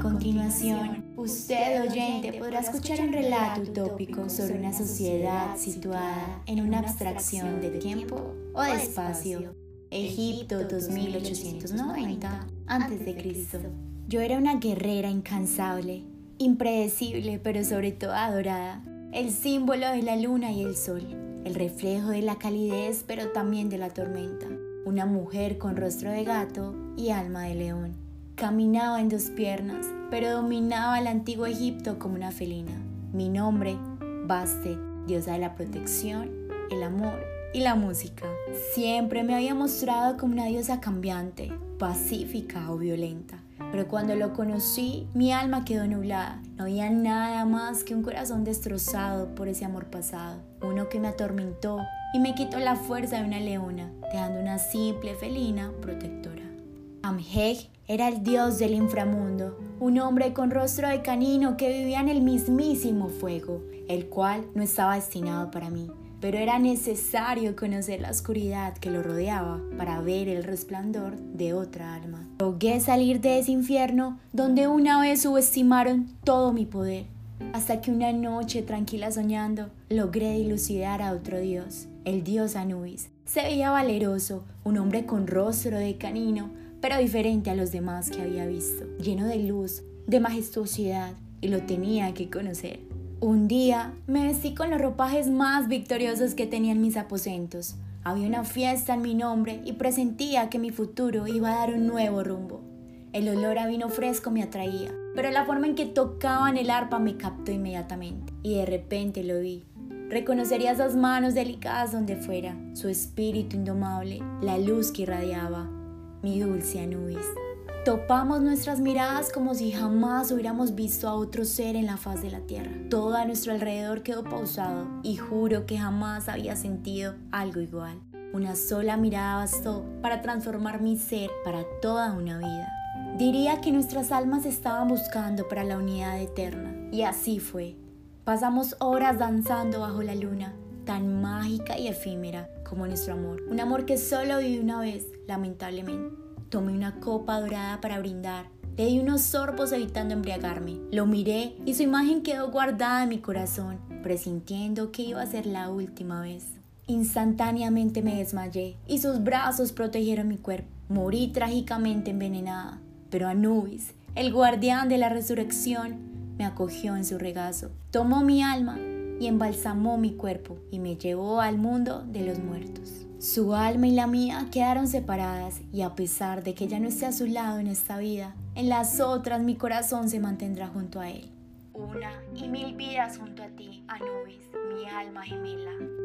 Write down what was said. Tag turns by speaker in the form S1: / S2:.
S1: continuación, usted oyente podrá escuchar un relato utópico sobre una sociedad situada en una abstracción de tiempo o de espacio. Egipto 2890 a.C. Yo era una guerrera incansable, impredecible pero sobre todo adorada, el símbolo de la luna y el sol, el reflejo de la calidez pero también de la tormenta, una mujer con rostro de gato y alma de león. Caminaba en dos piernas, pero dominaba el antiguo Egipto como una felina. Mi nombre, Bastet, diosa de la protección, el amor y la música. Siempre me había mostrado como una diosa cambiante, pacífica o violenta. Pero cuando lo conocí, mi alma quedó nublada. No había nada más que un corazón destrozado por ese amor pasado. Uno que me atormentó y me quitó la fuerza de una leona, dejando una simple felina protectora. Amhej era el dios del inframundo, un hombre con rostro de canino que vivía en el mismísimo fuego, el cual no estaba destinado para mí. Pero era necesario conocer la oscuridad que lo rodeaba para ver el resplandor de otra alma. Logré salir de ese infierno donde una vez subestimaron todo mi poder, hasta que una noche tranquila soñando logré dilucidar a otro dios, el dios Anubis. Se veía valeroso, un hombre con rostro de canino, pero diferente a los demás que había visto, lleno de luz, de majestuosidad, y lo tenía que conocer. Un día me vestí con los ropajes más victoriosos que tenía en mis aposentos. Había una fiesta en mi nombre y presentía que mi futuro iba a dar un nuevo rumbo. El olor a vino fresco me atraía, pero la forma en que tocaban el arpa me captó inmediatamente. Y de repente lo vi. Reconocería esas manos delicadas donde fuera, su espíritu indomable, la luz que irradiaba. Mi dulce Anubis. Topamos nuestras miradas como si jamás hubiéramos visto a otro ser en la faz de la tierra. Todo a nuestro alrededor quedó pausado y juro que jamás había sentido algo igual. Una sola mirada bastó para transformar mi ser para toda una vida. Diría que nuestras almas estaban buscando para la unidad eterna. Y así fue. Pasamos horas danzando bajo la luna, tan mágica y efímera como nuestro amor. Un amor que solo viví una vez, lamentablemente. Tomé una copa dorada para brindar. Le di unos sorbos evitando embriagarme. Lo miré y su imagen quedó guardada en mi corazón, presintiendo que iba a ser la última vez. Instantáneamente me desmayé y sus brazos protegieron mi cuerpo. Morí trágicamente envenenada. Pero Anubis, el guardián de la resurrección, me acogió en su regazo. Tomó mi alma y embalsamó mi cuerpo y me llevó al mundo de los muertos. Su alma y la mía quedaron separadas y a pesar de que ya no esté a su lado en esta vida, en las otras mi corazón se mantendrá junto a él. Una y mil vidas junto a ti, Anubis, mi alma gemela.